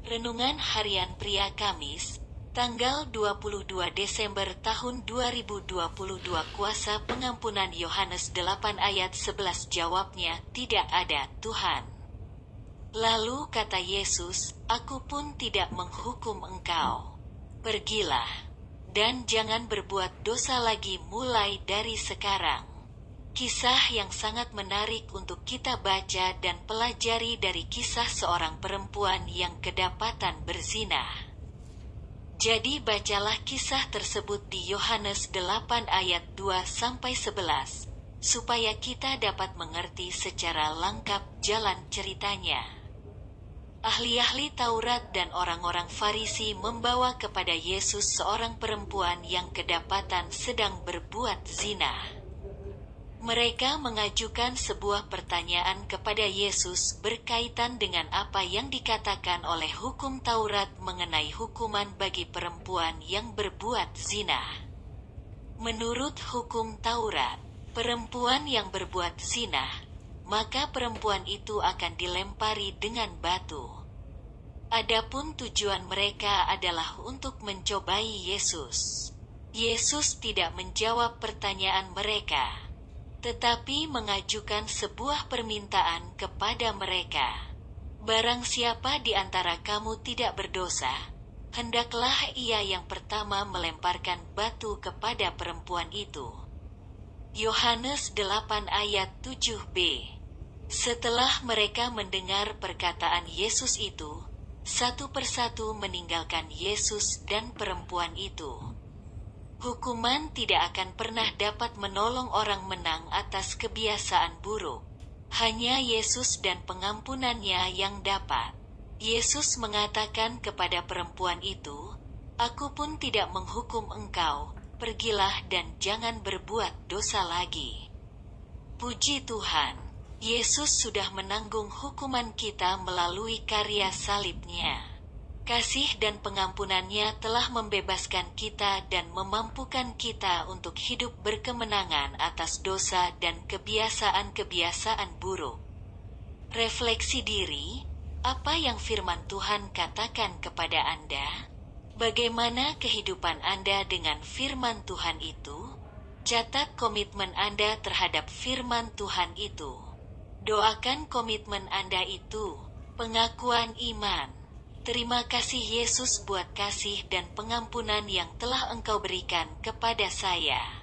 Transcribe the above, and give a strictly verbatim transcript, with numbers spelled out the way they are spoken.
Renungan Harian Pria Kamis, tanggal dua puluh dua Desember tahun dua ribu dua puluh dua. Kuasa pengampunan Yohanes delapan ayat sebelas. Jawabnya, tidak ada, Tuhan. Lalu kata Yesus, aku pun tidak menghukum engkau. Pergilah, dan jangan berbuat dosa lagi mulai dari sekarang. Kisah yang sangat menarik untuk kita baca dan pelajari dari kisah seorang perempuan yang kedapatan berzina. Jadi bacalah kisah tersebut di Yohanes delapan ayat dua sampai sebelas, supaya kita dapat mengerti secara lengkap jalan ceritanya. Ahli-ahli Taurat dan orang-orang Farisi membawa kepada Yesus seorang perempuan yang kedapatan sedang berbuat zina. Mereka mengajukan sebuah pertanyaan kepada Yesus berkaitan dengan apa yang dikatakan oleh hukum Taurat mengenai hukuman bagi perempuan yang berbuat zina. Menurut hukum Taurat, perempuan yang berbuat zina, maka perempuan itu akan dilempari dengan batu. Adapun tujuan mereka adalah untuk mencobai Yesus. Yesus tidak menjawab pertanyaan mereka, tetapi mengajukan sebuah permintaan kepada mereka. Barang siapa di antara kamu tidak berdosa, hendaklah ia yang pertama melemparkan batu kepada perempuan itu. Yohanes delapan ayat tujuh b. Setelah mereka mendengar perkataan Yesus itu, satu persatu meninggalkan Yesus dan perempuan itu. Hukuman tidak akan pernah dapat menolong orang menang atas kebiasaan buruk. Hanya Yesus dan pengampunannya yang dapat. Yesus mengatakan kepada perempuan itu, aku pun tidak menghukum engkau, pergilah dan jangan berbuat dosa lagi. Puji Tuhan, Yesus sudah menanggung hukuman kita melalui karya salibnya. Kasih dan pengampunannya telah membebaskan kita dan memampukan kita untuk hidup berkemenangan atas dosa dan kebiasaan-kebiasaan buruk. Refleksi diri, apa yang firman Tuhan katakan kepada Anda? Bagaimana kehidupan Anda dengan firman Tuhan itu? Catat komitmen Anda terhadap firman Tuhan itu. Doakan komitmen Anda itu, pengakuan iman. Terima kasih Yesus buat kasih dan pengampunan yang telah Engkau berikan kepada saya.